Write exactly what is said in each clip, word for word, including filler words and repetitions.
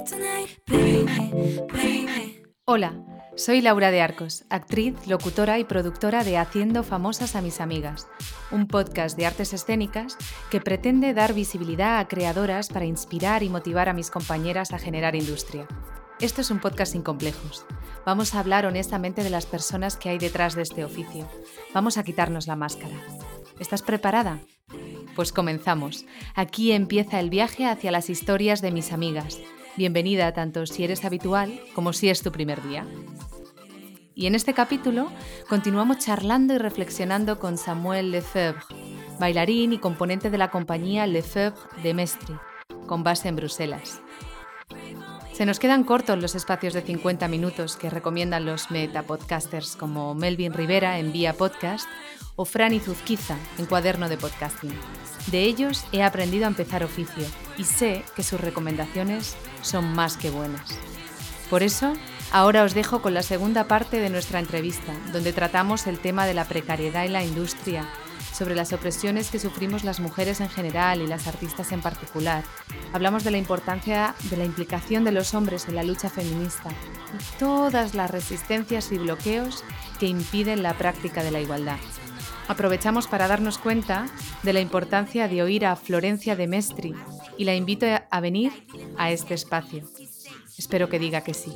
Hola, soy Laura de Arcos, actriz, locutora y productora de Haciendo famosas a mis amigas, un podcast de artes escénicas que pretende dar visibilidad a creadoras para inspirar y motivar a mis compañeras a generar industria. Esto es un podcast sin complejos. Vamos a hablar honestamente de las personas que hay detrás de este oficio. Vamos a quitarnos la máscara. ¿Estás preparada? Pues comenzamos. Aquí empieza el viaje hacia las historias de mis amigas. Bienvenida tanto si eres habitual como si es tu primer día. Y en este capítulo continuamos charlando y reflexionando con Samuel Lefebvre, bailarín y componente de la compañía Lefebvre de Mestre, con base en Bruselas. Se nos quedan cortos los espacios de cincuenta minutos que recomiendan los metapodcasters como Melvin Rivera en Vía Podcast o Franny Zuzquiza en Cuaderno de Podcasting. De ellos he aprendido a empezar oficio y sé que sus recomendaciones son más que buenas. Por eso, ahora os dejo con la segunda parte de nuestra entrevista, donde tratamos el tema de la precariedad en la industria, sobre las opresiones que sufrimos las mujeres en general y las artistas en particular. Hablamos de la importancia de la implicación de los hombres en la lucha feminista y todas las resistencias y bloqueos que impiden la práctica de la igualdad. Aprovechamos para darnos cuenta de la importancia de oír a Florencia de Mestre y la invito a venir a este espacio. Espero que diga que sí.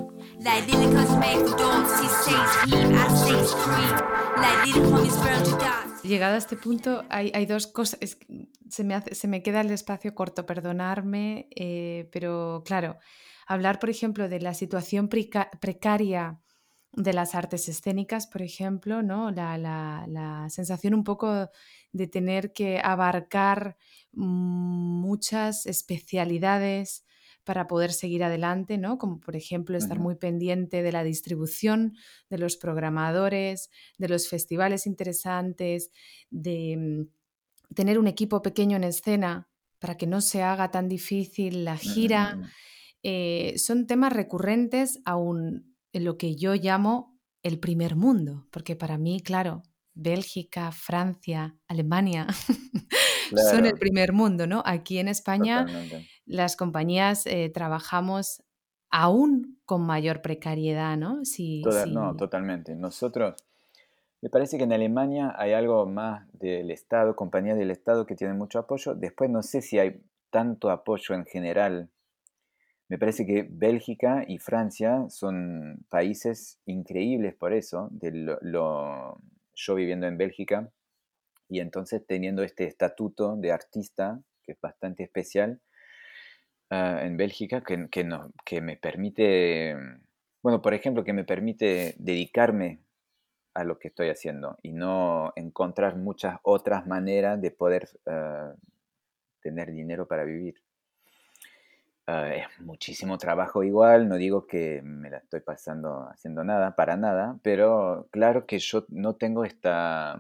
Llegado a este punto, hay, hay dos cosas. Es, se, me hace, se me queda el espacio corto, perdonarme, eh, pero claro, hablar, por ejemplo, de la situación preca- precaria de las artes escénicas, por ejemplo, ¿no? La, la, la sensación un poco de tener que abarcar muchas especialidades para poder seguir adelante, ¿no? Como por ejemplo estar Uh-huh. muy pendiente de la distribución, de los programadores, de los festivales interesantes, de mm, tener un equipo pequeño en escena para que no se haga tan difícil la gira. Uh-huh. Eh, son temas recurrentes aún en lo que yo llamo el primer mundo, porque para mí, claro, Bélgica, Francia, Alemania son el Claro, primer mundo, ¿no? Aquí en España totalmente. las compañías eh, trabajamos aún con mayor precariedad, ¿no? Si, Toda- no, si... totalmente. Nosotros, me parece que en Alemania hay algo más del Estado, compañías del Estado que tienen mucho apoyo. Después no sé si hay tanto apoyo en general. Me parece que Bélgica y Francia son países increíbles por eso. De lo, lo- yo viviendo en Bélgica y entonces teniendo este estatuto de artista, que es bastante especial, ah, en Bélgica que, que, no, que me permite, bueno, por ejemplo, que me permite dedicarme a lo que estoy haciendo y no encontrar muchas otras maneras de poder uh, tener dinero para vivir. Uh, es muchísimo trabajo igual, no digo que me la estoy pasando haciendo nada, para nada, pero claro que yo no tengo esta...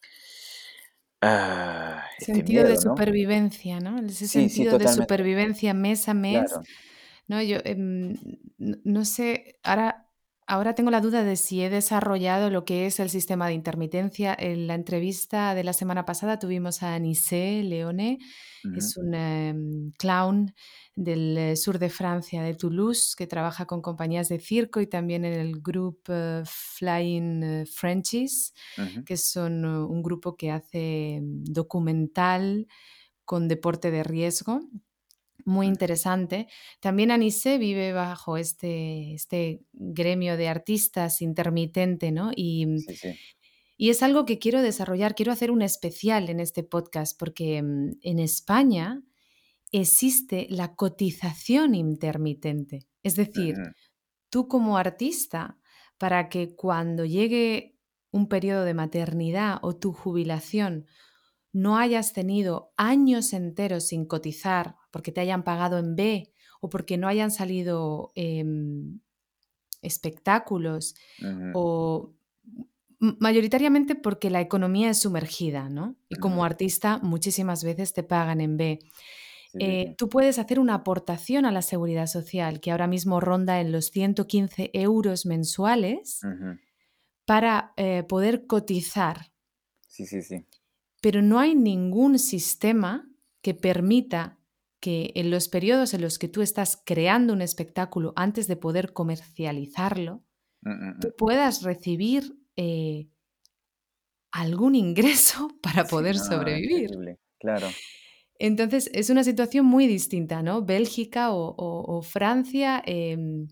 Uh, este Sentido de miedo, ¿no? supervivencia, ¿no? Ese Sí, sí, sentido de totalmente, supervivencia mes a mes, claro. ¿no? Yo em, no, no sé, ahora, ahora tengo la duda de si he desarrollado lo que es el sistema de intermitencia. En la entrevista de la semana pasada tuvimos a Anissé Leone, Uh-huh. es un em, clown del eh, sur de Francia, de Toulouse, que trabaja con compañías de circo y también en el grupo eh, Flying eh, Frenchies, Uh-huh. que son uh, un grupo que hace mm, documental con deporte de riesgo, muy Uh-huh. interesante. También Anissé vive bajo este, este gremio de artistas intermitente, ¿no? Y, Sí, sí. y es algo que quiero desarrollar, quiero hacer un especial en este podcast, porque mm, en España existe la cotización intermitente. Es decir, Uh-huh. tú como artista, para que cuando llegue un periodo de maternidad o tu jubilación no hayas tenido años enteros sin cotizar porque te hayan pagado en B o porque no hayan salido eh, espectáculos Uh-huh. o m- mayoritariamente porque la economía es sumergida, ¿no? Y Uh-huh. como artista muchísimas veces te pagan en B. Sí, sí, Eh, sí. tú puedes hacer una aportación a la seguridad social que ahora mismo ronda en los ciento quince euros mensuales Uh-huh. para eh, poder cotizar, Sí, sí, sí. pero no hay ningún sistema que permita que en los periodos en los que tú estás creando un espectáculo antes de poder comercializarlo, Mm, mm, tú mm. puedas recibir eh, algún ingreso para Sí, poder no, es sobrevivir. terrible, claro. Entonces, es una situación muy distinta, ¿no? Bélgica o, o- o Francia. Em,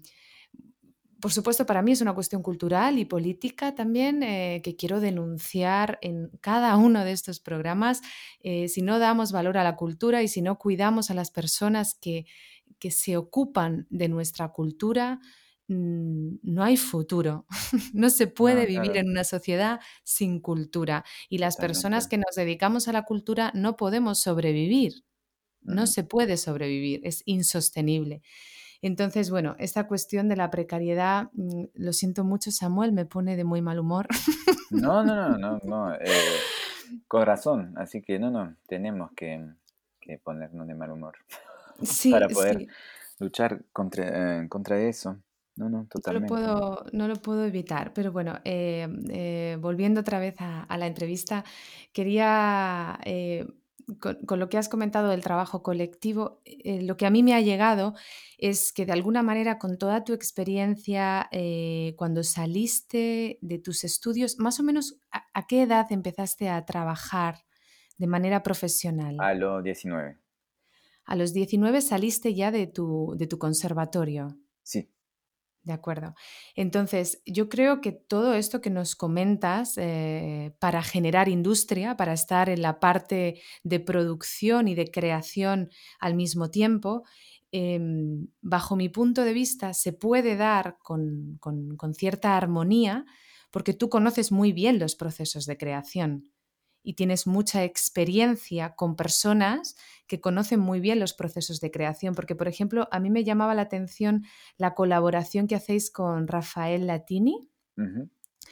por supuesto, para mí es una cuestión cultural y política también eh, que quiero denunciar en cada uno de estos programas. Eh, si no damos valor a la cultura y si no cuidamos a las personas que, que se ocupan de nuestra cultura, mm, no hay futuro. No se puede No, vivir claro, en una sociedad sin cultura. Y las personas totalmente. que nos dedicamos a la cultura no podemos sobrevivir. Mm, No mm. se puede sobrevivir, es insostenible. Entonces, bueno, esta cuestión de la precariedad, mm, lo siento mucho, Samuel, me pone de muy mal humor. No, no, no, no, no, eh, con razón, así que no, no, tenemos que, que ponernos de mal humor Sí, para poder sí, luchar contra, eh, contra eso. No, no, no lo totalmente. puedo, no lo puedo evitar. Pero bueno, eh, eh, volviendo otra vez a, a la entrevista, quería, eh, con, con lo que has comentado del trabajo colectivo, eh, lo que a mí me ha llegado es que de alguna manera con toda tu experiencia, eh, cuando saliste de tus estudios, más o menos, ¿a, a qué edad empezaste a trabajar de manera profesional? A los diecinueve. A los diecinueve saliste ya de tu, de tu conservatorio. Sí. De acuerdo. Entonces, yo creo que todo esto que nos comentas eh, para generar industria, para estar en la parte de producción y de creación al mismo tiempo, em, bajo mi punto de vista, se puede dar con, con- con cierta armonía porque tú conoces muy bien los procesos de creación y tienes mucha experiencia con personas que conocen muy bien los procesos de creación. Porque, por ejemplo, a mí me llamaba la atención la colaboración que hacéis con Rafael Latini. Ujú.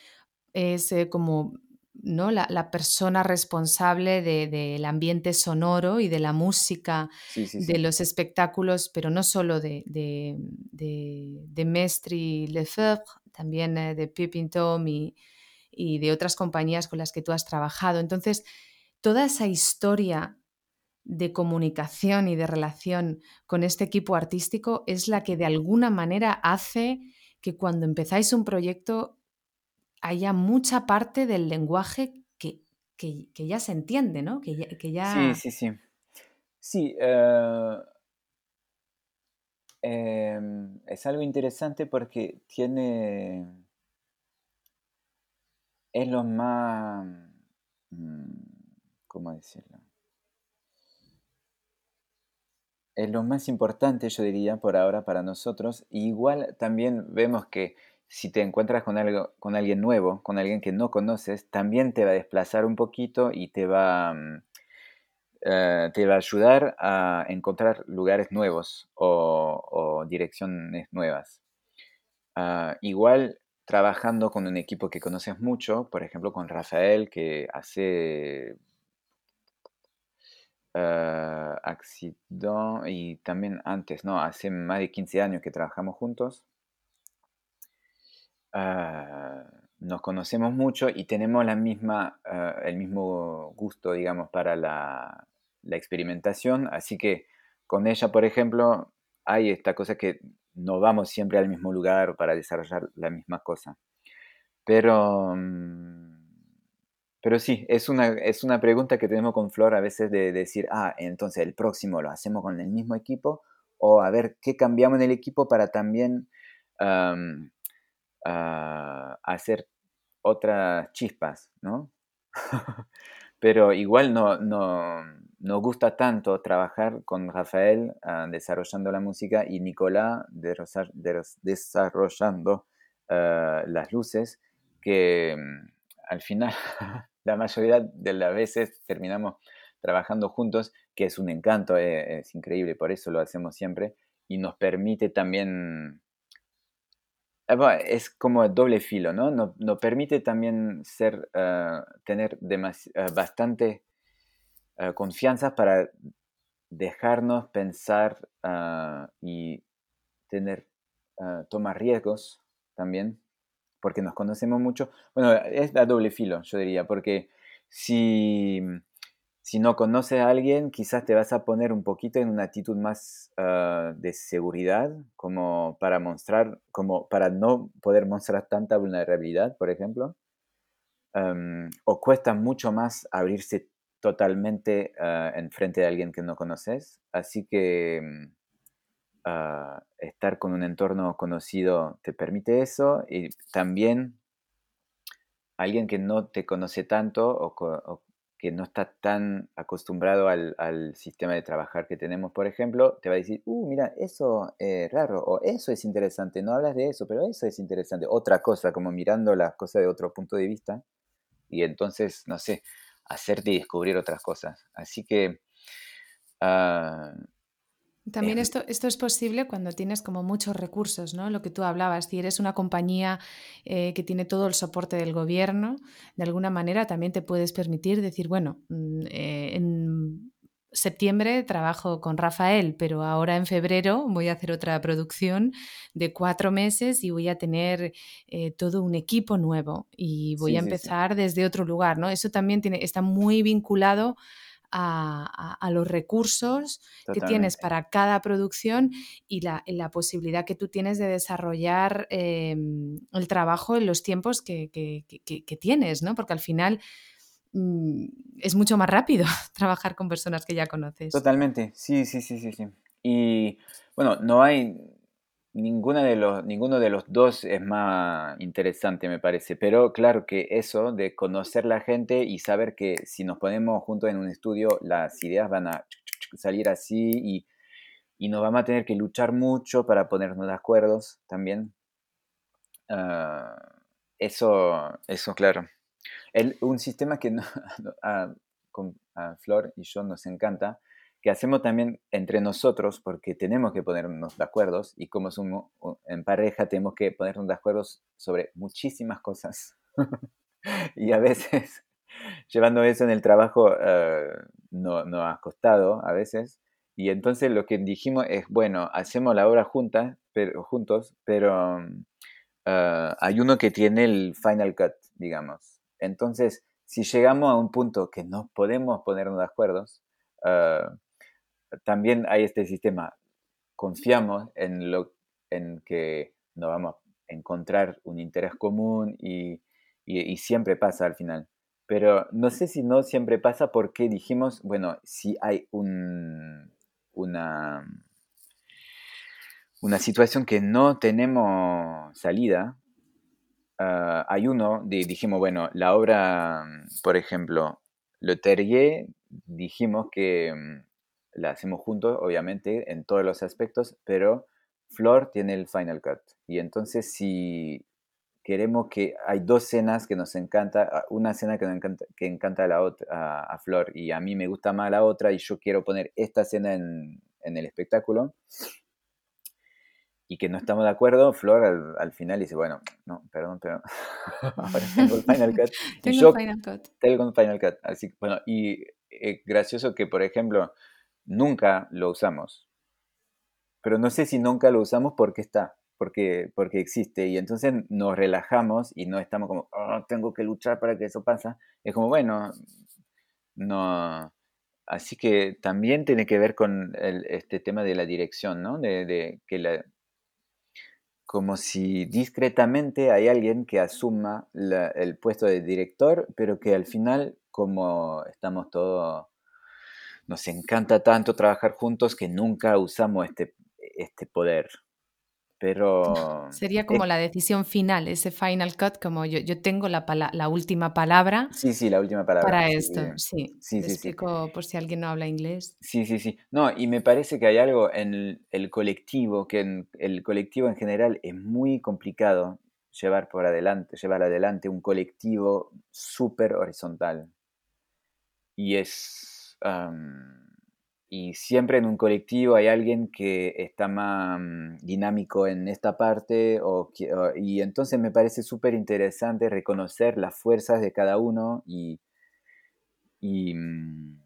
Es eh, como, ¿no?, la, la persona responsable de- del ambiente sonoro y de la música Sí, sí, de sí. los espectáculos, pero no solo de, de, de, de Mestre y Lefebvre, también eh, de Pippin Tom y, y de otras compañías con las que tú has trabajado. Entonces, toda esa historia de comunicación y de relación con este equipo artístico es la que de alguna manera hace que cuando empezáis un proyecto haya mucha parte del lenguaje que, que- que ya se entiende, ¿no? Que ya, que Sí, ya- sí, sí. Sí, eh, em, es algo interesante porque tiene, es lo más, mm, ¿cómo decirlo? Es lo más importante, yo diría, por ahora para nosotros. Y igual también vemos que si te encuentras con algo, con alguien nuevo, con alguien que no conoces, también te va a desplazar un poquito y te va, mm, eh, te va a ayudar a encontrar lugares nuevos o, o direcciones nuevas. Ah, igual trabajando con un equipo que conoces mucho, por ejemplo con Rafael, que hace eh, Accident y también antes, no, hace más de quince años que trabajamos juntos. Ah, nos conocemos mucho y tenemos la misma, ah, el mismo gusto, digamos, para la, la experimentación. Así que con ella, por ejemplo, hay esta cosa que no vamos siempre al mismo lugar para desarrollar la misma cosa. Pero, mm, pero sí, es una, es una pregunta que tenemos con Flor a veces de decir, ah, entonces el próximo lo hacemos con el mismo equipo o a ver qué cambiamos en el equipo para también am, ah, hacer otras chispas, ¿no? Pero igual no, no, nos gusta tanto trabajar con Rafael ah, desarrollando la música y Nicolás derroza- deros- desarrollando ah, las luces que mm, al final la mayoría de las veces terminamos trabajando juntos, que es un encanto, eh, es increíble, por eso lo hacemos siempre y nos permite también Ah, bueno, es como doble filo, ¿no? No- Nos permite también ser, ah, tener demas- ah, bastante ah, confianza para dejarnos pensar ah, y tener, ah, tomar riesgos también, porque nos conocemos mucho. Bueno, es la doble filo, yo diría, porque si, si no conoces a alguien, quizás te vas a poner un poquito en una actitud más ah, de seguridad, como para mostrar, como para no poder mostrar tanta vulnerabilidad, por ejemplo. Am, o cuesta mucho más abrirse totalmente ah, en frente de alguien que no conoces. Así que mm, ah, estar con un entorno conocido te permite eso y también alguien que no te conoce tanto o, co- o que no está tan acostumbrado al, al sistema de trabajar que tenemos, por ejemplo, te va a decir, uh, mira, eso es raro, o eso es interesante, no hablas de eso, pero eso es interesante. Otra cosa, como mirando las cosas de otro punto de vista, y entonces, no sé, hacerte descubrir otras cosas. Así que ah, es, También esto, esto es posible cuando tienes como muchos recursos, ¿no? Lo que tú hablabas, si eres una compañía eh, que tiene todo el soporte del gobierno, de alguna manera también te puedes permitir decir, bueno, mm, eh, en septiembre trabajo con Rafael, pero ahora en febrero voy a hacer otra producción de cuatro meses y voy a tener eh, todo un equipo nuevo y voy a sí, sí, sí, empezar desde otro lugar, ¿no? Eso también tiene, está muy vinculado a, a- a los recursos que tienes totalmente. para cada producción y la, la posibilidad que tú tienes de desarrollar eh, el trabajo en los tiempos que, que- que- que tienes, ¿no? Porque al final mm, es mucho más rápido trabajar con personas que ya conoces. Totalmente, sí, sí, sí, sí, sí. Y bueno, no hay ninguna de los, ninguno de los dos es más interesante, me parece. Pero claro que eso de conocer la gente y saber que si nos ponemos juntos en un estudio, las ideas van a salir así y, y nos vamos a tener que luchar mucho para ponernos de acuerdo también. Ah, eso, eso, claro. El- un sistema que no- a, con- a Flor y yo nos encanta, que hacemos también entre nosotros, porque tenemos que ponernos de acuerdo, y como somos u- en pareja, tenemos que ponernos de acuerdo sobre muchísimas cosas. Y a veces, llevando eso en el trabajo, eh, no, nos ha costado a veces. Y entonces lo que dijimos es, bueno, hacemos la obra juntas, pero, juntos, pero mm, ah, hay uno que tiene el final cut, digamos. Entonces, si llegamos a un punto que no podemos ponernos de acuerdo, ah, también hay este sistema. Confiamos en, lo, en que nos vamos a encontrar un interés común y, y, y siempre pasa al final. Pero no sé si no siempre pasa porque dijimos, bueno, si hay un, una, una situación que no tenemos salida, ah, hay uno, di- dijimos, bueno, la obra, mm, por ejemplo, Le Terrier, dijimos que mm, la hacemos juntos, obviamente, en todos los aspectos, pero Flor tiene el Final Cut. Y entonces, si queremos que hay dos escenas que nos encanta, ah, una escena que, nos encanta, que encanta a, la otra, a, a Flor y a mí me gusta más la otra y yo quiero poner esta escena en, en el espectáculo, y que no estamos de acuerdo, Flor al, al final dice, bueno, no, perdón, pero ahora tengo el Final Cut y Tengo el yo Final Cut. tengo el Final Cut. Así que, bueno, y es gracioso que, por ejemplo, nunca lo usamos, pero no sé si nunca lo usamos porque está, porque, porque existe, y entonces nos relajamos y no estamos como, "Oh, tengo que luchar para que eso pase". Es como, bueno, no. Así que también tiene que ver con el- este tema de la dirección, ¿no? De, de que la, como si discretamente hay alguien que asuma la- el puesto de director, pero que al final, como estamos todos, nos encanta tanto trabajar juntos que nunca usamos este, este poder. Pero Sería es- como la decisión final, ese Final Cut, como yo, yo tengo la, pala- la última palabra sí, sí, la última palabra. para Sí, esto. Sí, sí, le sí, sí. explico por si alguien no habla inglés. Sí, sí, sí. No, y me parece que hay algo en el, el colectivo, que en el colectivo en general es muy complicado llevar por adelante, llevar adelante un colectivo súper horizontal. Y es, am, y siempre en un colectivo hay alguien que está más mm, dinámico en esta parte, o, que- o- y entonces me parece súper interesante reconocer las fuerzas de cada uno y, y, mm,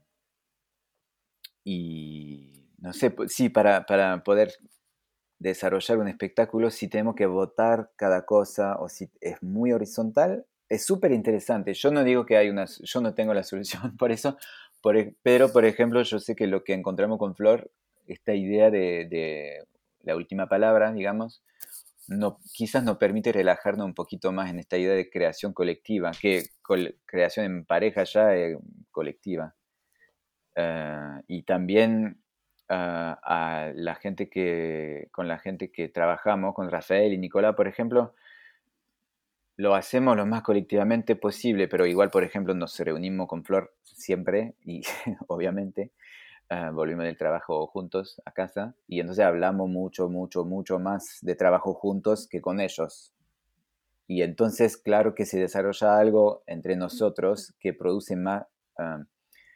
y no sé, pues, sí, para, para poder desarrollar un espectáculo, si tenemos que votar cada cosa o si es muy horizontal, es súper interesante. Yo no digo que hay una, yo no tengo la solución por eso, por e- pero, por ejemplo, yo sé que lo que encontramos con Flor, esta idea de, de la última palabra, digamos, no, quizás nos permite relajarnos un poquito más en esta idea de creación colectiva, que col- creación en pareja ya es colectiva. Eh, y también ah, a la gente que, con la gente que trabajamos, con Rafael y Nicolás, por ejemplo, lo hacemos lo más colectivamente posible, pero igual, por ejemplo, nos reunimos con Flor siempre y obviamente ah, volvimos del trabajo juntos a casa y entonces hablamos mucho, mucho, mucho más de trabajo juntos que con ellos. Y entonces, claro que se desarrolla algo entre nosotros que produce más, ah,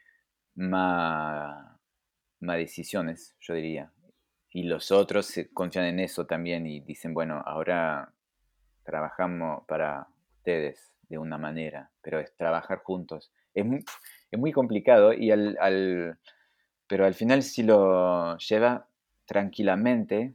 más, más decisiones, yo diría. Y los otros se confían en eso también y dicen, bueno, ahora trabajamos para ustedes de una manera, pero es trabajar juntos. Es muy, es muy complicado, y al, al- pero al final si lo lleva tranquilamente,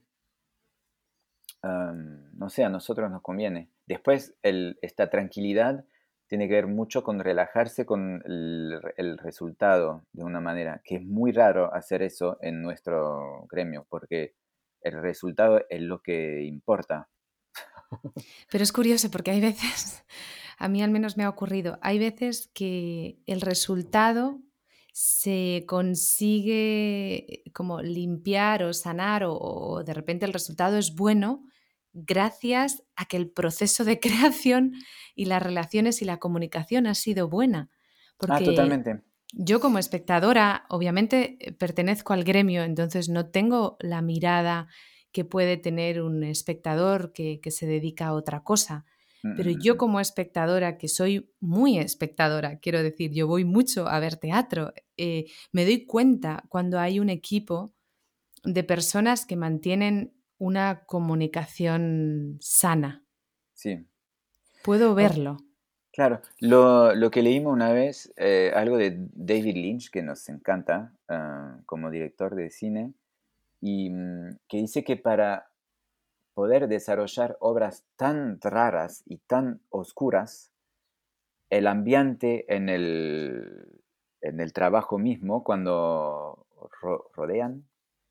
am, no sé, a nosotros nos conviene. Después, el- esta tranquilidad tiene que ver mucho con relajarse con el, el resultado de una manera, que es muy raro hacer eso en nuestro gremio, porque el resultado es lo que importa. Pero es curioso porque hay veces, a mí al menos me ha ocurrido, hay veces que el resultado se consigue como limpiar o sanar o, o de repente el resultado es bueno gracias a que el proceso de creación y las relaciones y la comunicación ha sido buena. Ah, Porque totalmente. yo como espectadora, obviamente eh, pertenezco al gremio, entonces no tengo la mirada que puede tener un espectador que, que se dedica a otra cosa. Mm, Pero mm, yo mm. como espectadora, que soy muy espectadora, quiero decir, yo voy mucho a ver teatro, eh, me doy cuenta cuando hay un equipo de personas que mantienen una comunicación sana. Sí. Puedo Oh, verlo. claro, lo, lo que leímos una vez, eh, algo de David Lynch, que nos encanta ah, como director de cine, y mm, que dice que para poder desarrollar obras tan raras y tan oscuras, el ambiente en el, en el trabajo mismo, cuando ro- rodean,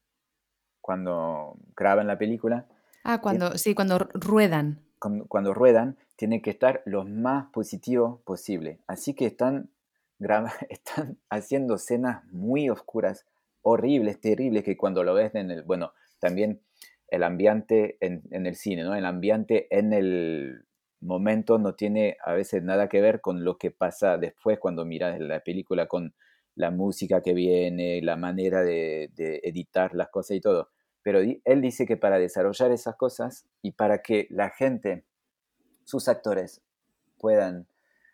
cuando graban la película, Ah, tien- cuando, sí, cuando ruedan. cuando, cuando ruedan, tiene que estar lo más positivo posible. Así que están, graba- están haciendo escenas muy oscuras, horribles, terribles, que cuando lo ves en el... Bueno, también el ambiente en, en el cine, ¿no? El ambiente en el momento no tiene a veces nada que ver con lo que pasa después cuando miras la película, con la música que viene, la manera de, de editar las cosas y todo. Pero di- él dice que para desarrollar esas cosas y para que la gente, sus actores, puedan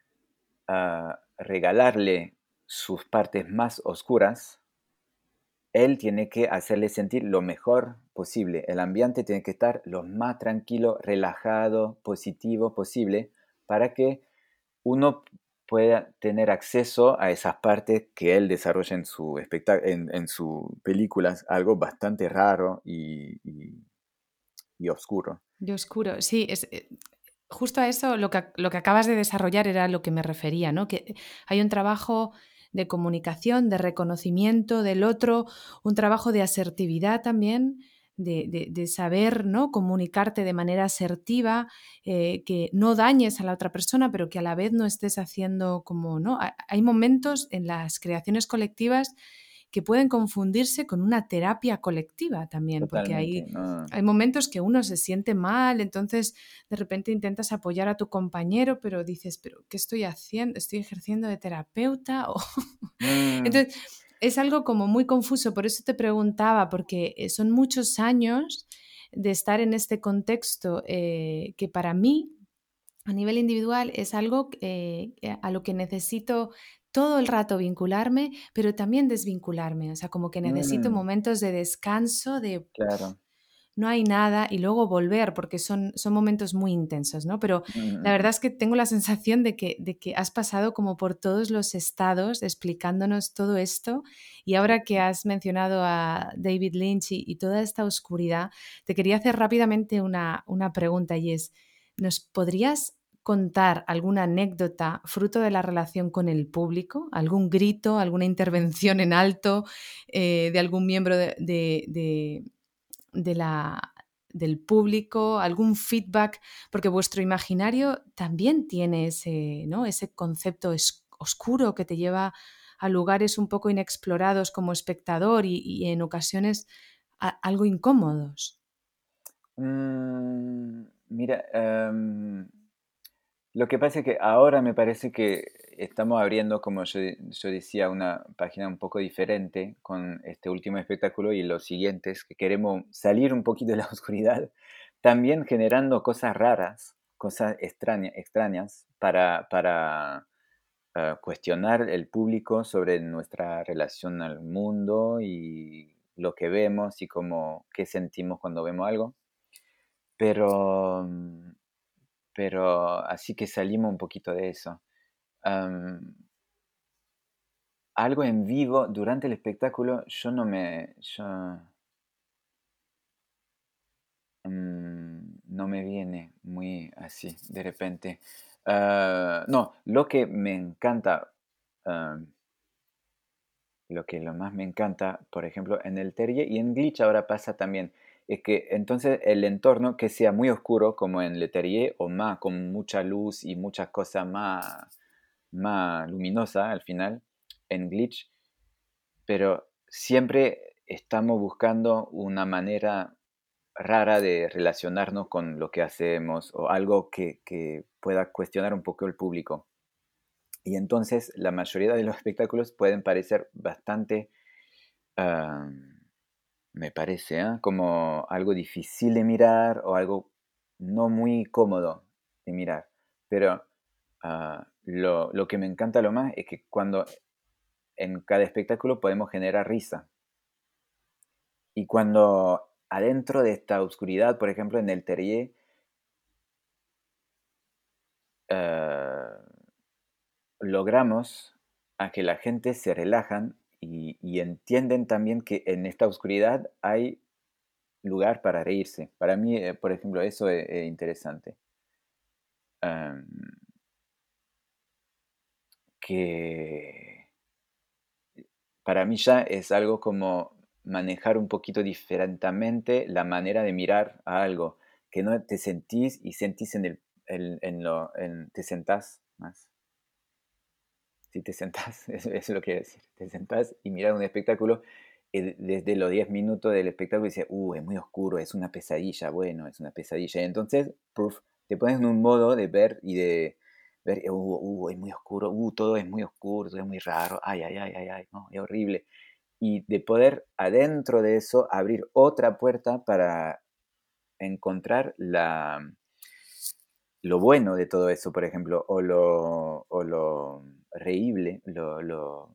ah, regalarle sus partes más oscuras, él tiene que hacerle sentir lo mejor posible. El ambiente tiene que estar lo más tranquilo, relajado, positivo posible para que uno pueda tener acceso a esas partes que él desarrolla en su espectá- en, en sus películas, algo bastante raro y, y, y oscuro. De oscuro, sí, es, eh, justo a eso lo que, lo que acabas de desarrollar era lo que me refería, ¿no? Que hay un trabajo de comunicación, de reconocimiento del otro, un trabajo de asertividad también, de, de- de saber, ¿no? Comunicarte de manera asertiva, eh, que no dañes a la otra persona, pero que a la vez no estés haciendo como, ¿no? Ha- Hay momentos en las creaciones colectivas que pueden confundirse con una terapia colectiva también, porque Totalmente, hay no, hay momentos que uno se siente mal, entonces de repente intentas apoyar a tu compañero, pero dices, pero ¿qué estoy haciendo? ¿Estoy ejerciendo de terapeuta? O... mm, Entonces es algo como muy confuso, por eso te preguntaba, porque eh, son muchos años de estar en este contexto eh, que para mí a nivel individual es algo eh, a lo que necesito todo el rato vincularme, pero también desvincularme, o sea, como que necesito mm, momentos de descanso, de claro. no hay nada y luego volver, porque son, son momentos muy intensos, ¿no? Pero Mm, la mm, mm, verdad es que tengo la sensación de que, de que has pasado como por todos los estados explicándonos todo esto y sí. ahora que has mencionado a David Lynch y, y toda esta oscuridad, te quería hacer rápidamente una, una pregunta y es, ¿nos podrías contar alguna anécdota fruto de la relación con el público? ¿Algún grito, alguna intervención en alto eh, de algún miembro de, de, de, de la, del público? ¿Algún feedback? Porque vuestro imaginario también tiene ese, ¿no? ese concepto es, oscuro que te lleva a lugares un poco inexplorados como espectador y, y en ocasiones a, algo incómodos. Mm, mira, em, lo que pasa es que ahora me parece que estamos abriendo, como yo, yo decía, una página un poco diferente con este último espectáculo y los siguientes, que queremos salir un poquito de la oscuridad, también generando cosas raras, cosas extraña- extrañas para, para eh, cuestionar el público sobre nuestra relación al mundo y lo que vemos y cómo, qué sentimos cuando vemos algo. Pero, mm, pero así que salimos un poquito de eso. Am, algo en vivo durante el espectáculo, yo no me, yo, mm, no me viene muy así de repente. Ah, no, lo que me encanta, am, lo que lo más me encanta, por ejemplo, en el Terrier y en Glitch ahora pasa también, es que entonces el entorno que sea muy oscuro como en Le Terrier o más con mucha luz y muchas cosas más, más luminosa al final en Glitch, pero siempre estamos buscando una manera rara de relacionarnos con lo que hacemos o algo que, que pueda cuestionar un poco el público. Y entonces la mayoría de los espectáculos pueden parecer bastante, ah, me parece, ¿ah? Como algo difícil de mirar o algo no muy cómodo de mirar. Pero ah, lo, lo que me encanta lo más es que cuando en cada espectáculo podemos generar risa. Y cuando adentro de esta oscuridad, por ejemplo, en el Terrier, eh, logramos a que la gente se relajan y, y entienden también que en esta oscuridad hay lugar para reírse. Para mí, eh, por ejemplo, eso es, es interesante. Em, que para mí ya es algo como manejar un poquito diferentemente la manera de mirar a algo, que no te sentís y sentís en el, en, en lo, en- te sentás más. Si te sentás, eso, eso es lo que quiero decir, te sentás y miras un espectáculo y de- desde los diez minutos del espectáculo dices, uh, es muy oscuro, es una pesadilla, bueno, es una pesadilla. Y entonces, puff, te pones en un modo de ver y de ver, uh, uh, es muy oscuro, uh, todo es muy oscuro, todo es muy raro, ay, ay, ay, ay, ay, no, es horrible. Y de poder adentro de eso abrir otra puerta para encontrar la, lo bueno de todo eso, por ejemplo, o lo, o lo reíble, lo, lo,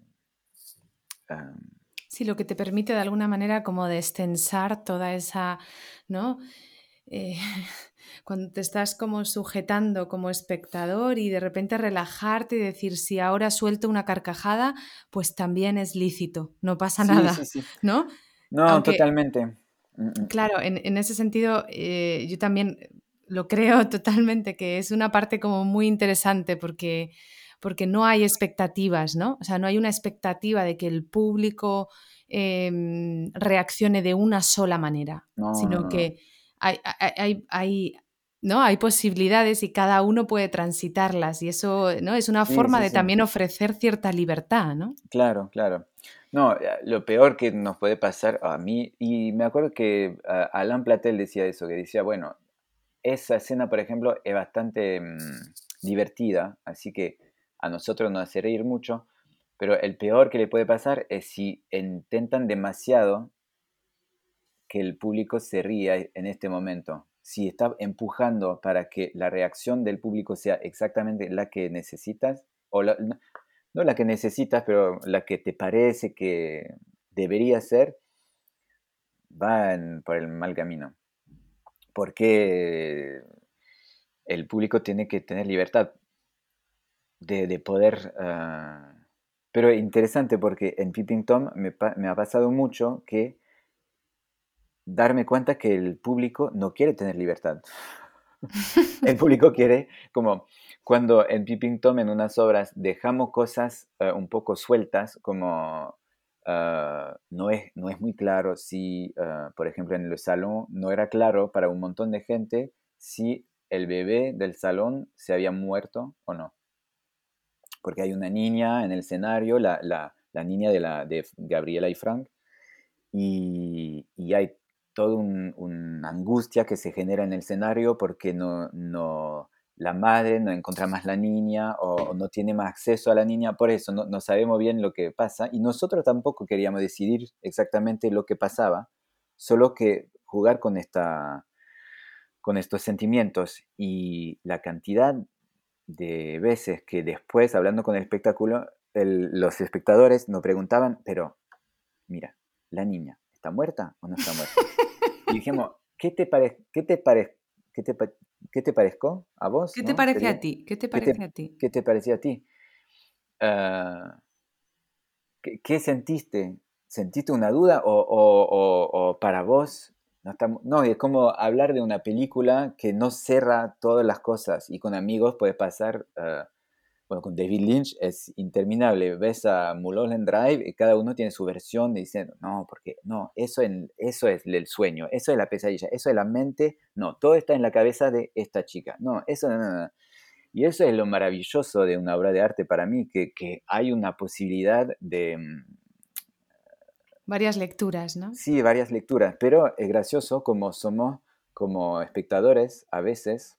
ah, Sí, lo que te permite de alguna manera como destensar toda esa, ¿no? Eh, cuando te estás como sujetando como espectador y de repente relajarte y decir, si ahora suelto una carcajada, pues también es lícito, no pasa sí, sí, nada, sí. ¿no? No, Aunque totalmente. Mm, mm. claro, en, en ese sentido, eh, yo también lo creo totalmente, que es una parte como muy interesante porque, porque no hay expectativas, ¿no? O sea, no hay una expectativa de que el público em, reaccione de una sola manera, No, no, sino no, no. que hay, hay, hay- hay- ¿no? hay posibilidades y cada uno puede transitarlas y eso, ¿no? es una Sí, forma sí, de sí. también ofrecer cierta libertad, ¿no? Claro, claro. No, eh, lo peor que nos puede pasar a mí, y me acuerdo que ah, Alain Platel decía eso, que decía, bueno, esa escena, por ejemplo, es bastante mm, divertida, así que a nosotros nos hace reír mucho, pero el peor que le puede pasar es si intentan demasiado que el público se ría en este momento. Si está empujando para que la reacción del público sea exactamente la que necesitas, o la- no no la que necesitas, pero la que te parece que debería ser, va en- por el mal camino. Porque el público tiene que tener libertad de, de poder... ah, pero es interesante porque en Peeping Tom me, pa- me ha pasado mucho que darme cuenta que el público no quiere tener libertad. El público quiere como cuando en Peeping Tom, en unas obras, dejamos cosas uh, un poco sueltas, como uh, no, es, no es muy claro si, uh, por ejemplo, en el salón no era claro para un montón de gente si el bebé del salón se había muerto o no. Porque hay una niña en el escenario, la, la, la niña de, la, de Gabriela y Frank, y, y hay toda un, una angustia que se genera en el escenario porque no, no, la madre no encuentra más la niña o, o no tiene más acceso a la niña, por eso no, no sabemos bien lo que pasa y nosotros tampoco queríamos decidir exactamente lo que pasaba, solo que jugar con, esta, con estos sentimientos y la cantidad de veces que después, hablando con el espectáculo, el, los espectadores nos preguntaban, pero mira, la niña, ¿está muerta o no está muerta? Y dijimos, ¿qué te, pare qué te, pare qué te, pa qué te parezco a vos? ¿Qué te ¿No? parece Sería, a ti? ¿Qué te ¿qué parece te, a ti? qué te parecía a ti? Uh, ¿qué, ¿Qué sentiste? ¿Sentiste una duda o, o, o, o para vos? No, estamos, no, es como hablar de una película que no cerra todas las cosas y con amigos puede pasar... Uh, bueno, con David Lynch es interminable. Ves a Mulholland Drive y cada uno tiene su versión diciendo, no, porque no, eso, en, eso es el sueño, eso es la pesadilla, eso es la mente, no, todo está en la cabeza de esta chica. No, eso no, no, no. Y eso es lo maravilloso de una obra de arte para mí, que, que hay una posibilidad de... Varias lecturas, ¿no? Sí, varias lecturas, pero es gracioso como somos como espectadores a veces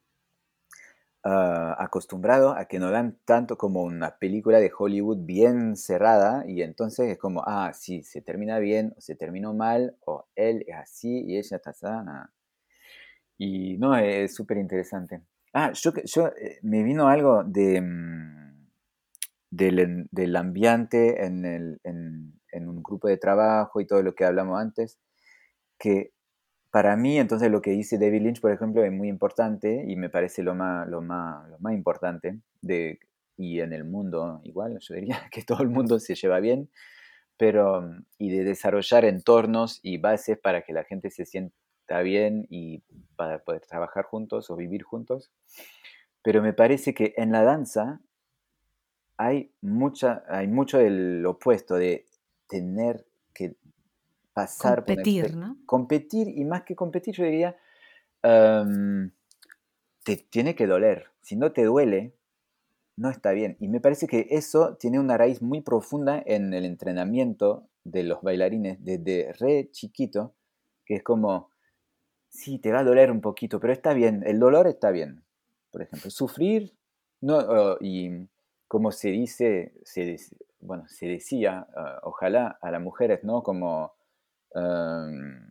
uh, acostumbrado a que no dan tanto como una película de Hollywood bien cerrada y entonces es como, ah, sí, se termina bien o se terminó mal o él es así y ella está sana. Y no, es súper interesante. Ah, yo, yo eh, me vino algo de, mm, del, del ambiente en, el, en, en un grupo de trabajo y todo lo que hablamos antes, que para mí, entonces, lo que dice David Lynch, por ejemplo, es muy importante y me parece lo más, lo más, lo más importante. De, y en el mundo, igual, yo diría que todo el mundo se lleva bien, pero, y de desarrollar entornos y bases para que la gente se sienta bien y para poder trabajar juntos o vivir juntos. Pero me parece que en la danza hay, mucha, hay mucho del opuesto, de tener que pasar por una Competir, experiencia, ¿no? competir y más que competir, yo diría um, te tiene que doler. Si no te duele, no está bien. Y me parece que eso tiene una raíz muy profunda en el entrenamiento de los bailarines desde re chiquito, que es como, sí, te va a doler un poquito, pero está bien, el dolor está bien. Por ejemplo, sufrir, no, uh, y como se dice, se, bueno, se decía, uh, ojalá a las mujeres, ¿no? Como... Um,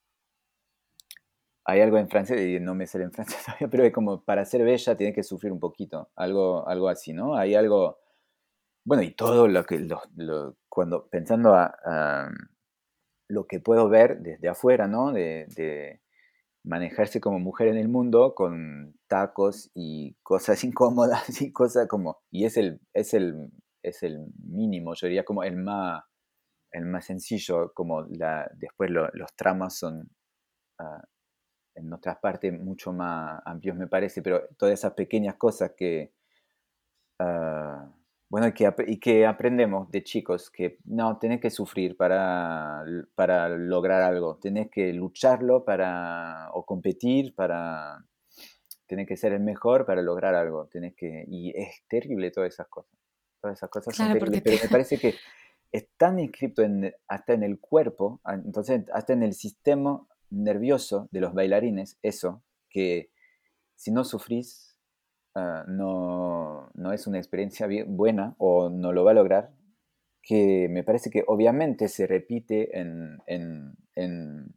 hay algo en francés, y no me sale en francés todavía, pero es como para ser bella tiene que sufrir un poquito, algo, algo así, ¿no? Hay algo, bueno, y todo lo que, lo, lo, cuando pensando a, a, lo que puedo ver desde afuera, ¿no? De, de manejarse como mujer en el mundo con tacos y cosas incómodas y cosas como, y es el, es el, es el mínimo, yo diría como el más, el más sencillo, como la, después lo, los tramas son... Uh, en otras partes mucho más amplios me parece, pero todas esas pequeñas cosas que, uh, bueno, que, y que aprendemos de chicos, que no, tenés que sufrir para, para lograr algo, tenés que lucharlo para, o competir para, tenés que ser el mejor para lograr algo, tenés que, y es terrible todas esas cosas, todas esas cosas son Claro, porque terribles, te... pero me parece que es tan inscrito en, hasta en el cuerpo, entonces hasta en el sistema nervioso de los bailarines, eso, que si no sufrís, uh, no, no es una experiencia bien, buena o no lo va a lograr, que me parece que obviamente se repite en, en, en,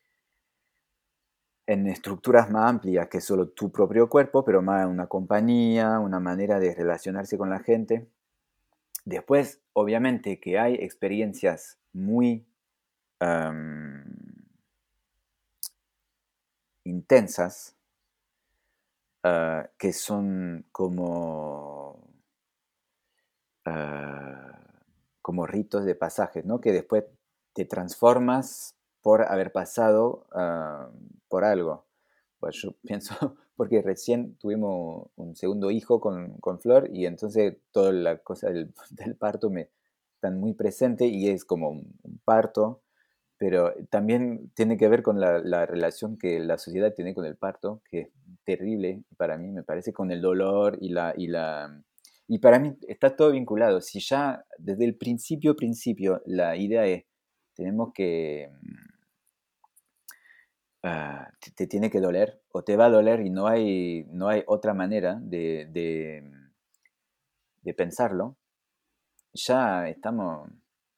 en estructuras más amplias que solo tu propio cuerpo, pero más una compañía, una manera de relacionarse con la gente. Después, obviamente que hay experiencias muy um, intensas uh, que son como, uh, como ritos de pasajes, ¿no? Que después te transformas por haber pasado uh, por algo. pues yo pienso, porque recién tuvimos un segundo hijo con, con Flor y entonces toda la cosa del, del parto me están muy presente y es como un, un parto, pero también tiene que ver con la, la relación que la sociedad tiene con el parto, que es terrible para mí, me parece, con el dolor y la... Y la y para mí está todo vinculado. Si ya desde el principio, principio, la idea es, tenemos que, ah, te, te tiene que doler o te va a doler y no hay, no hay otra manera de, de, de pensarlo, ya estamos...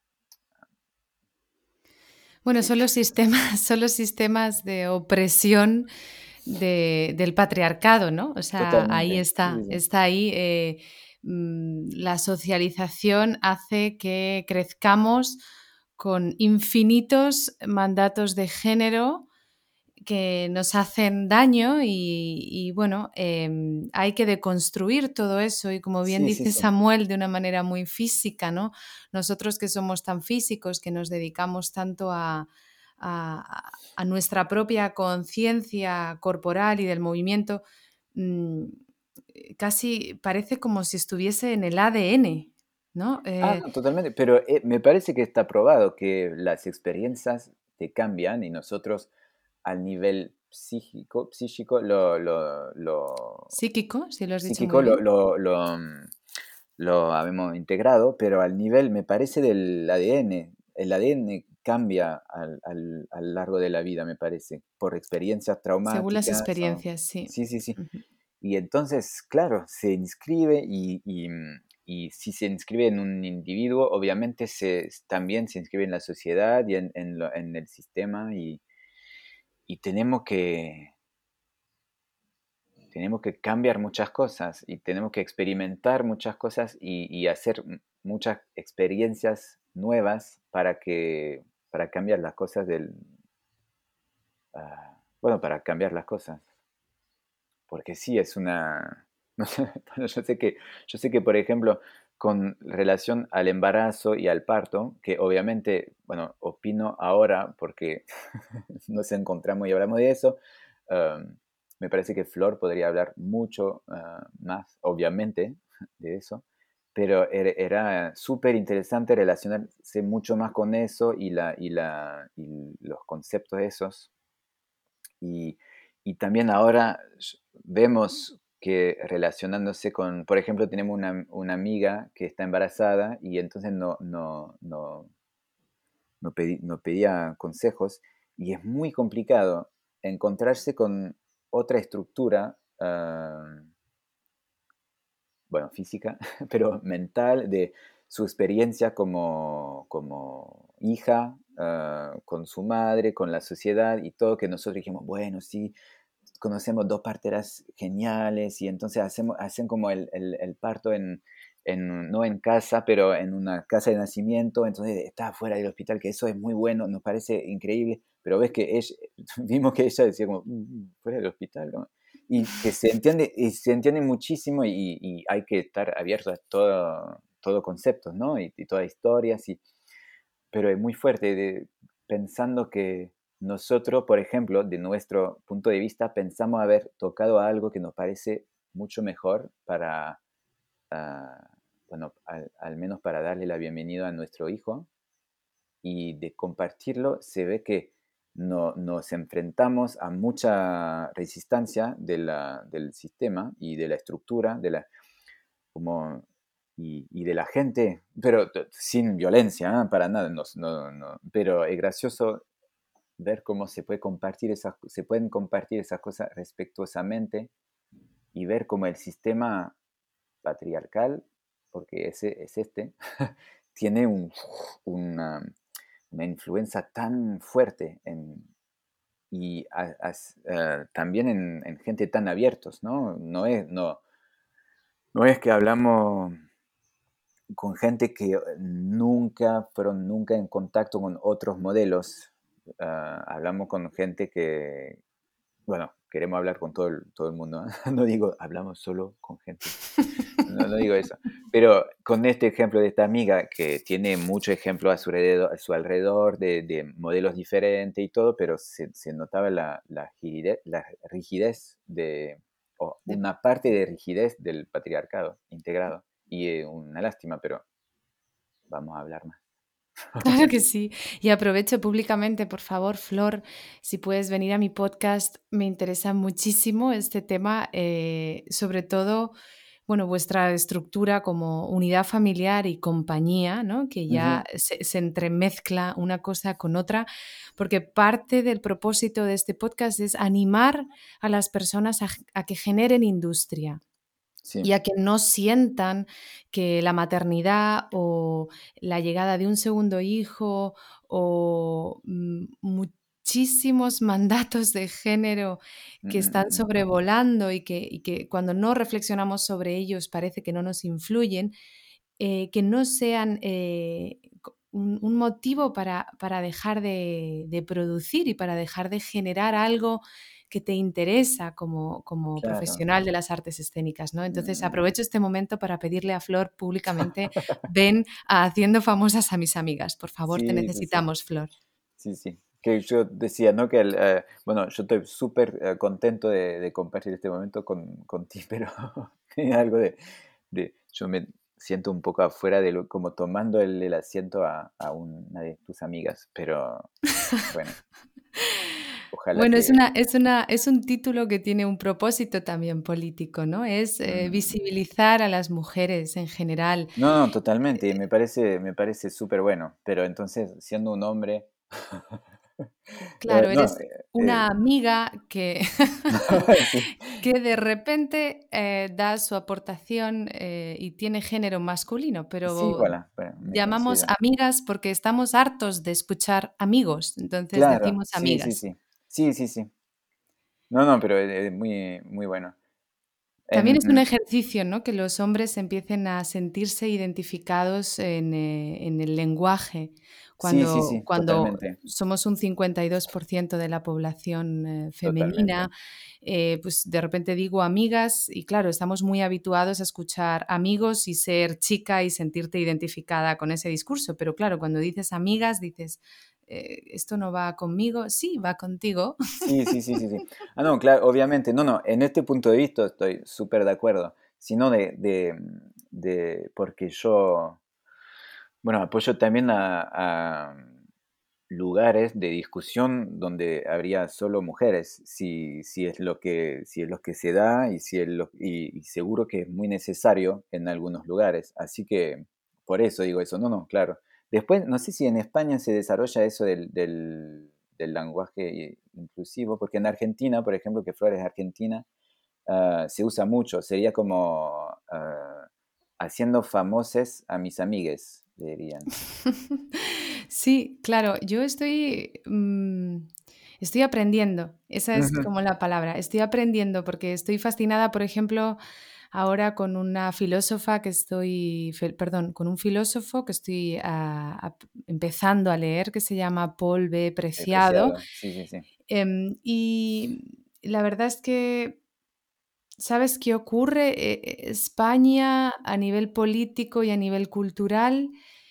Bueno, Sí, son los sistemas, son los sistemas de opresión de- del patriarcado, ¿no? O sea, ahí totalmente. Sí, está, sí, sí. está ahí. Eh, mm, la socialización hace que crezcamos con infinitos mandatos de género que nos hacen daño y, y, bueno, eh, hay que deconstruir todo eso y como bien Sí, sí, dice sí. Samuel, de una manera muy física, ¿no? Nosotros que somos tan físicos, que nos dedicamos tanto a, a, a nuestra propia conciencia corporal y del movimiento, mmm, casi parece como si estuviese en el A D N, ¿no? Ah, Eh, no, totalmente, pero eh, me parece que está probado que las experiencias te cambian y nosotros al nivel psíquico, psíquico lo, lo, lo- psíquico, si lo has dicho muy psíquico lo, bien. lo, lo, mm, lo habemos integrado, pero al nivel, me parece, del A D N. El A D N cambia al, al, a lo largo de la vida, me parece, por experiencias Según las traumáticas. O- experiencias, sí. sí, sí, sí. Ujú. Y entonces, claro, se inscribe y, y, mm, y si se inscribe en un individuo, obviamente se, también se inscribe en la sociedad y en, en lo- en el sistema y, y tenemos que, tenemos que cambiar muchas cosas y tenemos que experimentar muchas cosas y, y hacer m- muchas experiencias nuevas para que, para cambiar las cosas del, ah, bueno, para cambiar las cosas. Porque sí, es una... No sé, bueno, yo sé que, yo sé que, por ejemplo, con relación al embarazo y al parto, que obviamente, bueno, opino ahora porque nos encontramos y hablamos de eso, um, me parece que Flor podría hablar mucho ah, más, obviamente, de eso, pero era, era súper interesante relacionarse mucho más con eso y, la, y, la, y los conceptos esos y, y también ahora s- vemos que relacionándose con, por ejemplo, tenemos una, una amiga que está embarazada y entonces no, no, no, no, pedí- no pedía consejos y es muy complicado encontrarse con otra estructura, ah, bueno, física, pero mental de su experiencia como, como hija, ah, con su madre, con la sociedad y todo, que nosotros dijimos, bueno, sí, conocemos dos parteras geniales y entonces hacemos, hacen como el, el- el parto en, en- no en casa, pero en una casa de nacimiento, entonces está fuera del hospital, que eso es muy bueno, nos parece increíble, pero ves que ella, vimos que ella decía como, "Mm, mm, fuera del hospital, ¿no?". Y que se entiende, y se entiende muchísimo y, y hay que estar abierto a todo, todo conceptos, ¿no? Y, y todas historias, y, pero es muy fuerte de, pensando que nosotros, por ejemplo, de nuestro punto de vista, pensamos haber tocado algo que nos parece mucho mejor para, ah, bueno, al, al menos para darle la bienvenida a nuestro hijo y de compartirlo, se ve que no, nos enfrentamos a mucha resistencia de la, del sistema y de la estructura, de la, como, y, y de la gente, pero t- sin violencia, ¿eh? Para nada, no, no, no, pero es gracioso ver cómo se puede compartir esas, se pueden compartir esas cosas respetuosamente y ver cómo el sistema patriarcal, porque ese es este, tiene un, una, una influencia tan fuerte en, y a- as- eh, también en, en gente tan abiertos, ¿no? No es, no, no es que hablamos con gente que nunca fueron nunca en contacto con otros modelos. Ah, hablamos con gente que, bueno, queremos hablar con todo el, todo el mundo. No digo, hablamos solo con gente. No, no digo eso. Pero con este ejemplo de esta amiga que tiene mucho ejemplo a su alrededor, a su alrededor de, de modelos diferentes y todo, pero se, se notaba la, la, rigidez, la rigidez de, o De- una parte de rigidez del patriarcado integrado. Y eh, una lástima, pero vamos a hablar más. Claro que sí. Y aprovecho públicamente, por favor, Flor, si puedes venir a mi podcast, me interesa muchísimo este tema, eh, sobre todo, bueno, vuestra estructura como unidad familiar y compañía, ¿no? Que ya Ujú, se, se entremezcla una cosa con otra, porque parte del propósito de este podcast es animar a las personas a a que generen industria sí, y a que no sientan que la maternidad o la llegada de un segundo hijo o mm, muchísimos mandatos de género mm, que mm, mm, están mm, sobrevolando y que, y que cuando no reflexionamos sobre ellos parece que no nos influyen, eh, que no sean eh, co- un, un motivo para, para dejar de, de producir y para dejar de generar algo que te interesa como, como claro. profesional de las artes escénicas, ¿no? Mm, Entonces mm, mm. aprovecho este momento para pedirle a Flor públicamente, ven a Haciendo famosas a mis amigas, por favor, te Sí, sí, sí. necesitamos, Flor. Sí, sí. Que yo decía, ¿no? Que, el, eh, bueno, yo estoy súper eh, contento de, de compartir este momento con, contigo, pero hay algo de, de, yo me siento un poco afuera de lo, como tomando el, el asiento a, a una de tus amigas, pero bueno, ojalá Bueno, es que... una, es una, es un título que tiene un propósito también político, ¿no? Es eh, mm, visibilizar a las mujeres en general. no, no, totalmente, y me parece, me parece súper bueno, pero entonces, siendo un hombre... eh, Claro, no, eres eh, eh, una amiga que, sí, que de repente eh, da su aportación eh, y tiene género masculino, sí, pero voilà, bueno, me llamamos considero. amigas porque estamos hartos de escuchar amigos, entonces Claro, decimos sí, sí, amigas. sí. Sí, sí, sí. No, no, pero es, es muy, muy bueno. También En, es un ejercicio, ¿no? Que los hombres empiecen a sentirse identificados en, eh, en el lenguaje. sí, sí, Cuando, sí, cuando totalmente, somos un cincuenta y dos por ciento de la población eh, femenina, totalmente. eh, pues de repente digo amigas y claro, estamos muy habituados a escuchar amigos y ser chica y sentirte identificada con ese discurso. Pero claro, cuando dices amigas, dices, eh, ¿esto no va conmigo? Sí, va contigo. Sí, sí, sí, sí, sí. Ah, no, claro, obviamente. No, no, en este punto de vista estoy súper de acuerdo. Sino de, de, de, porque yo, bueno, apoyo también a, a lugares de discusión donde habría solo mujeres, si, si es lo que, si es lo que se da y, si es lo, y, y seguro que es muy necesario en algunos lugares. Así que por eso digo eso, no, no, claro. Después, no sé si en España se desarrolla eso del, del, del lenguaje inclusivo, porque en Argentina, por ejemplo, que Flores es argentina, ah, se usa mucho, sería como ah, haciendo famoses a mis amigues, dirían. Sí, claro, yo estoy, mm, estoy aprendiendo, esa es Ujú, como la palabra, estoy aprendiendo porque estoy fascinada, por ejemplo, ahora con una filósofa que estoy, fe- perdón, con un filósofo que estoy ah, ap- empezando a leer que se llama Paul B. Preciado. Preciado, sí, sí, sí. Em, y la verdad es que, ¿sabes qué ocurre? Eh, eh, España a nivel político y a nivel cultural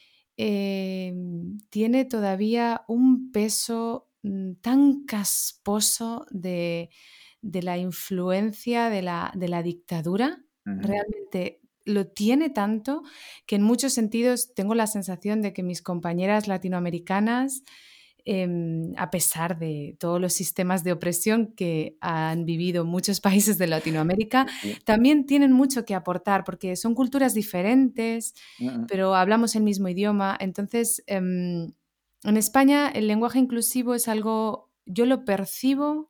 em, tiene todavía un peso mm, tan casposo de, de la influencia de la, de la dictadura. Ujú. Realmente lo tiene tanto que en muchos sentidos tengo la sensación de que mis compañeras latinoamericanas, em, a pesar de todos los sistemas de opresión que han vivido muchos países de Latinoamérica, Sí, sí. también tienen mucho que aportar porque son culturas diferentes, Mm, mm. pero hablamos el mismo idioma. Entonces, em, en España el lenguaje inclusivo es algo, yo lo percibo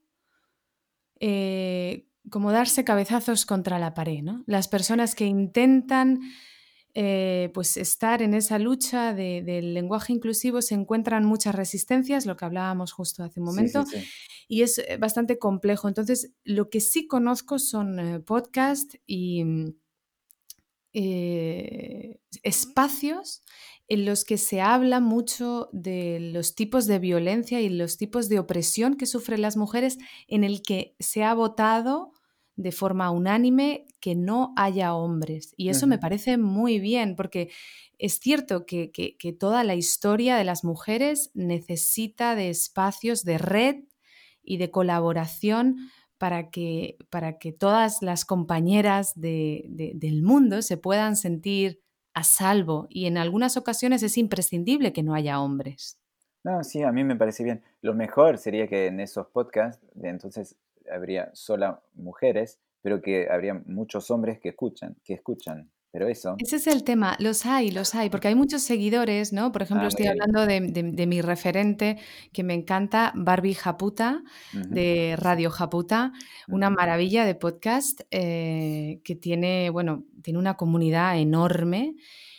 eh, como darse cabezazos contra la pared, ¿no? Las personas que intentan eh, pues estar en esa lucha de- del lenguaje inclusivo se encuentran muchas resistencias, lo que hablábamos justo hace un Sí, sí, momento, sí. y es eh, bastante complejo. Entonces, lo que sí conozco son eh, podcasts y, eh, espacios en los que se habla mucho de los tipos de violencia y los tipos de opresión que sufren las mujeres, en el que se ha votado de forma unánime que no haya hombres. Y eso me Ujú. parece muy bien, porque es cierto que, que- que toda la historia de las mujeres necesita de espacios de red y de colaboración para que, para que todas las compañeras de- de- del mundo se puedan sentir a salvo. Y en algunas ocasiones es imprescindible que no haya hombres. No, sí, a mí me parece bien. Lo mejor sería que en esos podcasts, de entonces habría sola mujeres, pero que habría muchos hombres que escuchan, que escuchan. Pero eso, Ese es el tema, los hay, los hay, porque hay muchos seguidores, ¿no? Por ejemplo, ah, muy estoy bien. hablando de, de- de mi referente que me encanta, Barbie Japuta, Ujú, de sí, Radio Japuta, una ujú, maravilla de podcast eh, que tiene, bueno, tiene una comunidad enorme.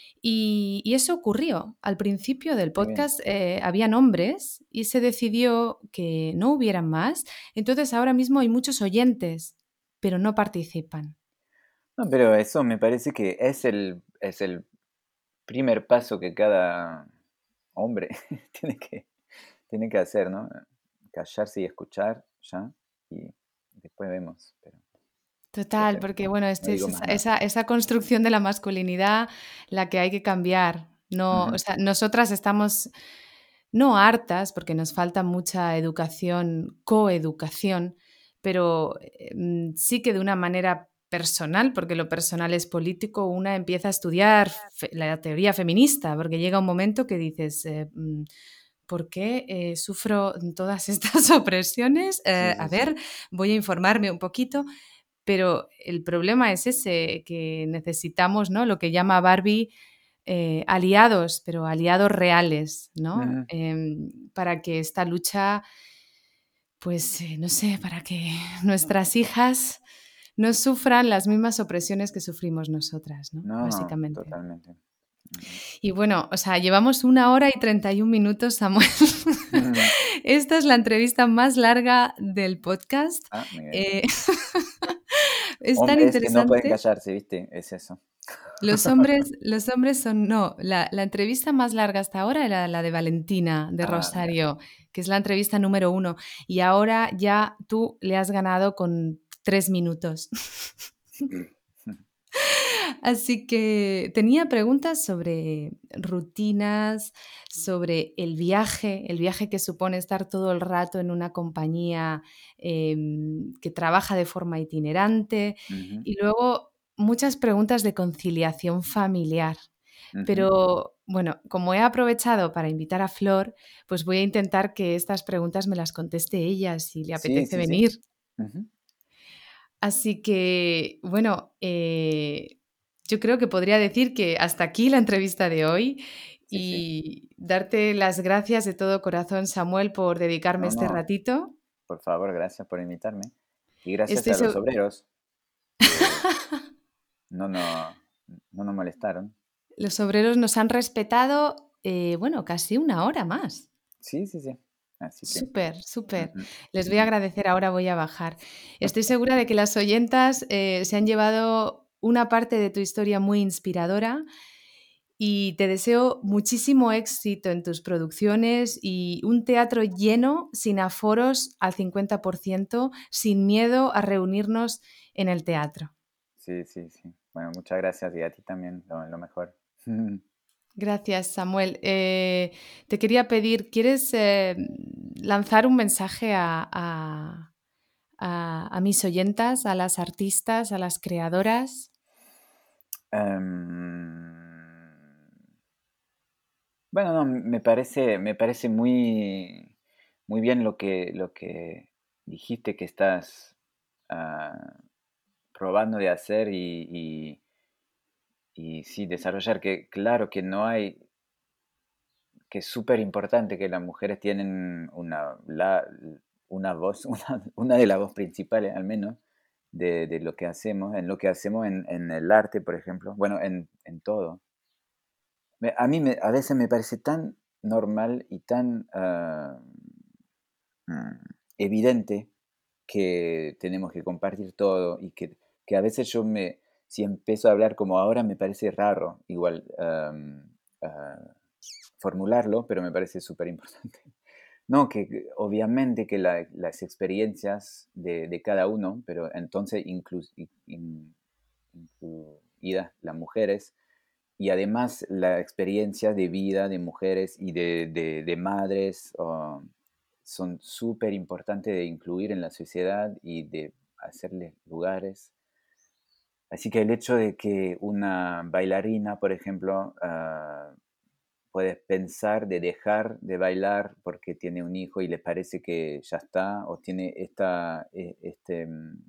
Y, y eso ocurrió. Al principio del muy bien. podcast eh, habían hombres y se decidió que no hubieran más. Entonces ahora mismo hay muchos oyentes, pero no participan. No, pero eso me parece que es el, es el primer paso que cada hombre tiene que, tiene que hacer, ¿no? Callarse y escuchar ya, y después vemos, pero yo Total, te- porque bueno, no este es digo esa, más nada. esa- esa construcción de la masculinidad la que hay que cambiar. No, o Ujú, sea, nosotras estamos no hartas, porque nos falta mucha educación, coeducación, pero eh, mm, sí que de una manera personal, porque lo personal es político, una empieza a estudiar fe- la teoría feminista, porque llega un momento que dices, eh, mm, ¿por qué eh, sufro todas estas opresiones? sí, Eh, a sí, sí. ver, voy a informarme un poquito. Pero el problema es ese, que necesitamos, ¿no? Lo que llama Barbie eh, aliados, pero aliados reales, ¿no? Ujú. Em, para que esta lucha, pues, eh, no sé, para que nuestras hijas no sufran las mismas opresiones que sufrimos nosotras, ¿no? No, no, Básicamente. totalmente. Ujú. Y bueno, o sea, llevamos una hora y treinta y un minutos, Samuel. Ujú. Esta es la entrevista más larga del podcast. Ah, muy bien. Eh, es tan Hombres que no pueden interesante. callarse, ¿viste? Es eso. Los hombres, los hombres son, no, la, la entrevista más larga hasta ahora era la de Valentina de Ah, mira. Rosario, que es la entrevista número uno, y ahora ya tú le has ganado con tres minutos. Así que tenía preguntas sobre rutinas, sobre el viaje, el viaje que supone estar todo el rato en una compañía em, que trabaja de forma itinerante, Ujú, y luego muchas preguntas de conciliación familiar. ujú. Pero bueno, como he aprovechado para invitar a Flor, pues voy a intentar que estas preguntas me las conteste ella, si le Sí, apetece sí, sí. venir. Ujú. Así que, bueno, eh, yo creo que podría decir que hasta aquí la entrevista de hoy Sí, sí. y darte las gracias de todo corazón, Samuel, por dedicarme No, este no, ratito. por favor, gracias por invitarme. Y gracias Estoy a los segu- obreros que no, no, no nos molestaron. Los obreros nos han respetado, eh, bueno, casi una hora más. Sí, sí, sí. Así que, Súper, súper. ujú, Les voy a ujú. agradecer, ahora voy a bajar. Estoy segura de que las oyentas eh, se han llevado una parte de tu historia muy inspiradora y te deseo muchísimo éxito en tus producciones y un teatro lleno, sin aforos al cincuenta por ciento, sin miedo a reunirnos en el teatro. Sí, sí, sí. Bueno, muchas gracias y a ti también, lo, lo mejor. Gracias, Samuel. Eh, te quería pedir, ¿quieres eh, lanzar un mensaje a, a- a- a mis oyentas, a las artistas, a las creadoras? Em, bueno, no, me parece, me parece muy, muy bien lo que, lo que dijiste que estás ah, probando de hacer y, y, y sí, desarrollar, que claro que no hay, que es súper importante que las mujeres tienen una, la- una voz, una, una de las voces principales al menos de, de lo que hacemos, en lo que hacemos en, en el arte, por ejemplo, bueno, en, en todo. Me- A mí me- a veces me parece tan normal y tan ah, mm, evidente que tenemos que compartir todo y que, que a veces yo me, si empiezo a hablar como ahora, me parece raro igual um, uh, formularlo, pero me parece súper importante. No, que que obviamente que la- las experiencias de, de cada uno, pero entonces inclu- in- incluidas las mujeres, y además la experiencia de vida de mujeres y de, de- de madres uh, son súper importantes de incluir en la sociedad y de hacerles lugares. Así que el hecho de que una bailarina, por ejemplo, ah, puede pensar de dejar de bailar porque tiene un hijo y le parece que ya está, o tiene esta, e- este, mm,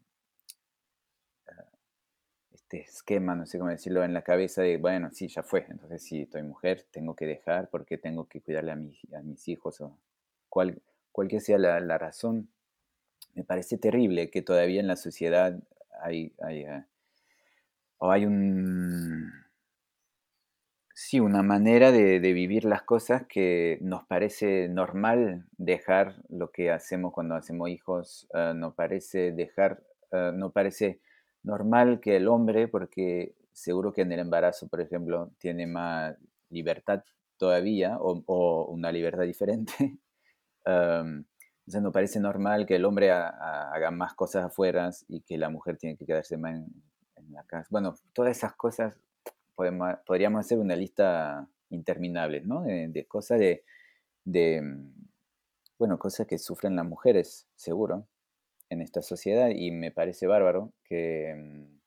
este esquema, no sé cómo decirlo, en la cabeza de, bueno, sí, ya fue, entonces si estoy mujer, tengo que dejar porque tengo que cuidarle a, mi- a mis hijos, o cual, cualquier sea la, la razón. Me parece terrible que todavía en la sociedad hay, hay, eh, o hay un, sí, una manera de, de vivir las cosas que nos parece normal dejar lo que hacemos cuando hacemos hijos, eh, nos parece dejar, eh, no parece normal que el hombre, porque seguro que en el embarazo, por ejemplo, tiene más libertad todavía o, o una libertad diferente. Um, entonces nos parece normal que el hombre ha- ha- haga más cosas afuera y que la mujer tiene que quedarse más en, en la casa. Bueno, todas esas cosas podemos, podríamos hacer una lista interminable, ¿no? De, de cosas de, de, mm, bueno, cosas que sufren las mujeres, seguro, en esta sociedad y me parece bárbaro que, mm,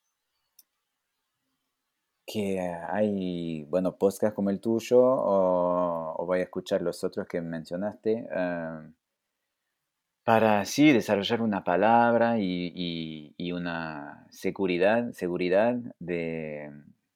que hay, bueno, podcasts como el tuyo o, o voy a escuchar los otros que mencionaste. ah, Para sí desarrollar una palabra y, y- y una seguridad, seguridad de,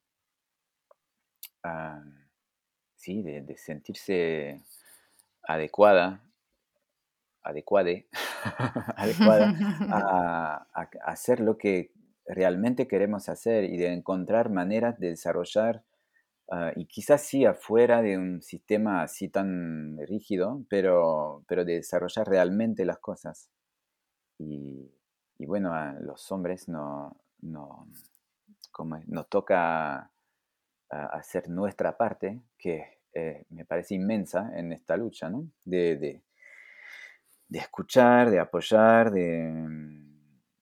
ah, sí, de, de sentirse adecuada, adecuade, adecuada a, a- a hacer lo que realmente queremos hacer y de encontrar maneras de desarrollar, ah, y quizás sí afuera de un sistema así tan rígido, pero, pero de desarrollar realmente las cosas. Y, y bueno, a los hombres no, no, ¿cómo es? Nos toca a- hacer nuestra parte, que eh, me parece inmensa en esta lucha, ¿no? De, de- de escuchar, de apoyar, de, mm,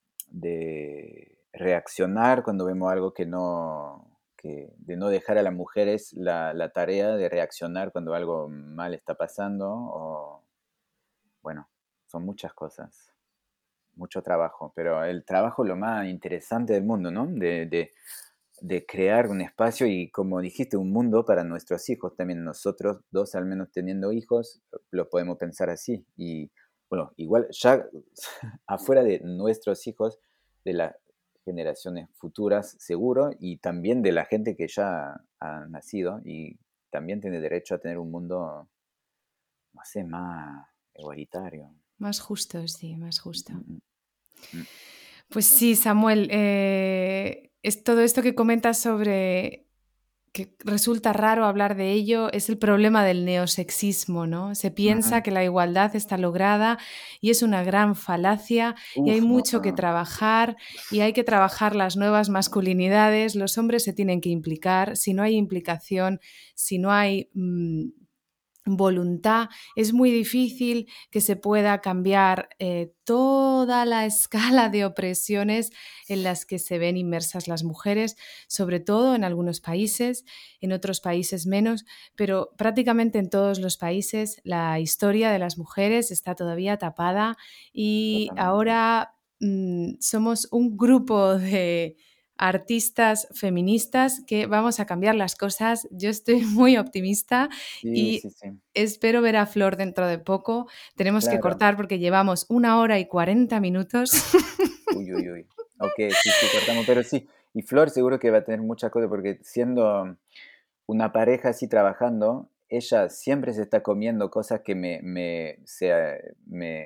de reaccionar cuando vemos algo que no, que, de no dejar a las mujeres la, la tarea de reaccionar cuando algo mal está pasando, o bueno, son muchas cosas. Mucho trabajo, pero el trabajo es lo más interesante del mundo, ¿no? De, de- de crear un espacio y, como dijiste, un mundo para nuestros hijos. También nosotros dos, al menos teniendo hijos, lo podemos pensar así. Y bueno, igual ya afuera de nuestros hijos, de las generaciones futuras, seguro, y también de la gente que ya ha nacido y también tiene derecho a tener un mundo, no sé, más igualitario. Más justo, sí, más Mm, justo. mm, mm, mm. Pues sí, Samuel, eh, es todo esto que comentas sobre que resulta raro hablar de ello, es el problema del neosexismo, ¿no? Se piensa Ujú. que la igualdad está lograda y es una gran falacia y hay Uf, no, mucho que no. trabajar y hay que trabajar las nuevas masculinidades, los hombres se tienen que implicar, si no hay implicación, si no hay mm, voluntad, es muy difícil que se pueda cambiar eh, toda la escala de opresiones en las que se ven inmersas las mujeres, sobre todo en algunos países, en otros países menos, pero prácticamente en todos los países la historia de las mujeres está todavía tapada y Totalmente. ahora mm, somos un grupo de artistas feministas que vamos a cambiar las cosas. Yo estoy muy optimista Sí, y sí, sí. espero ver a Flor dentro de poco. Tenemos que Claro. cortar porque llevamos una hora y cuarenta minutos. Uy, uy, uy. Ok, sí, sí, cortamos. Pero sí, y Flor seguro que va a tener muchas cosas porque siendo una pareja así trabajando, ella siempre se está comiendo cosas que me, me, se- me,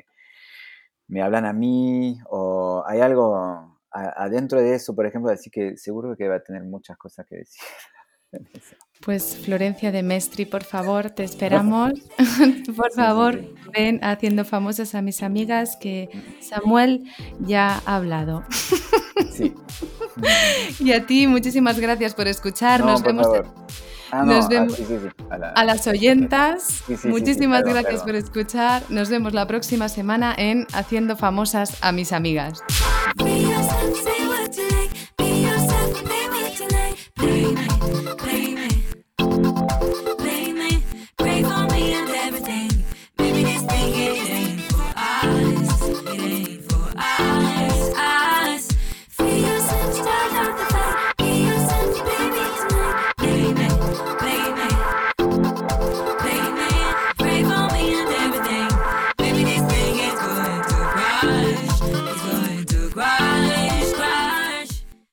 me hablan a mí o hay algo a- adentro de eso, por ejemplo, así que seguro que va a tener muchas cosas que decir en eso. Pues Florencia de Mestri, por favor, te esperamos. Por Sí, sí, favor, sí. ven haciendo famosas a mis amigas que Mm, Samuel ya ha hablado. sí. Y a ti, muchísimas gracias por escuchar. No, Nos por vemos. favor. Ah, no, Nos ah, vemos sí, sí, sí. A, la- a las oyentas. Sí, sí, sí, sí, Muchísimas perdón, gracias perdón. por escuchar. Nos vemos la próxima semana en Haciendo famosas a mis amigas.